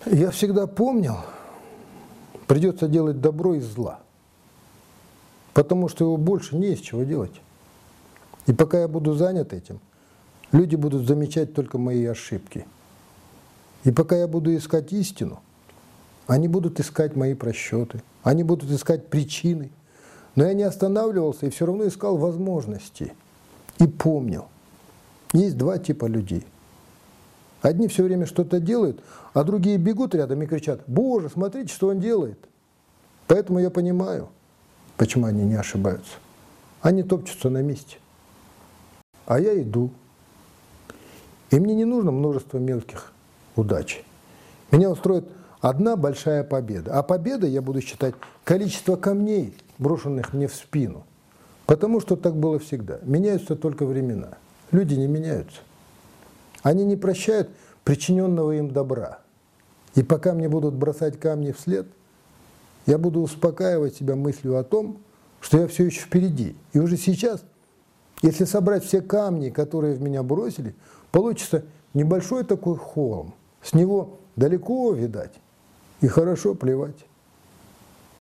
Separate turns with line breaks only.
Я всегда помнил, придется делать добро из зла, потому что его больше не из чего делать. И пока я буду занят этим, люди будут замечать только мои ошибки. И пока я буду искать истину, они будут искать мои просчеты, они будут искать причины. Но я не останавливался и все равно искал возможности. И помнил, есть два типа людей. Одни все время что-то делают, а другие бегут рядом и кричат: «Боже, смотрите, что он делает!» Поэтому я понимаю, почему они не ошибаются. Они топчутся на месте. А я иду. И мне не нужно множество мелких удач. Меня устроит одна большая победа. А победой я буду считать количество камней, брошенных мне в спину. Потому что так было всегда. Меняются только времена. Люди не меняются. Они не прощают причиненного им добра. И пока мне будут бросать камни вслед, я буду успокаивать себя мыслью о том, что я все еще впереди. И уже сейчас, если собрать все камни, которые в меня бросили, получится небольшой такой холм. С него далеко видать и хорошо плевать.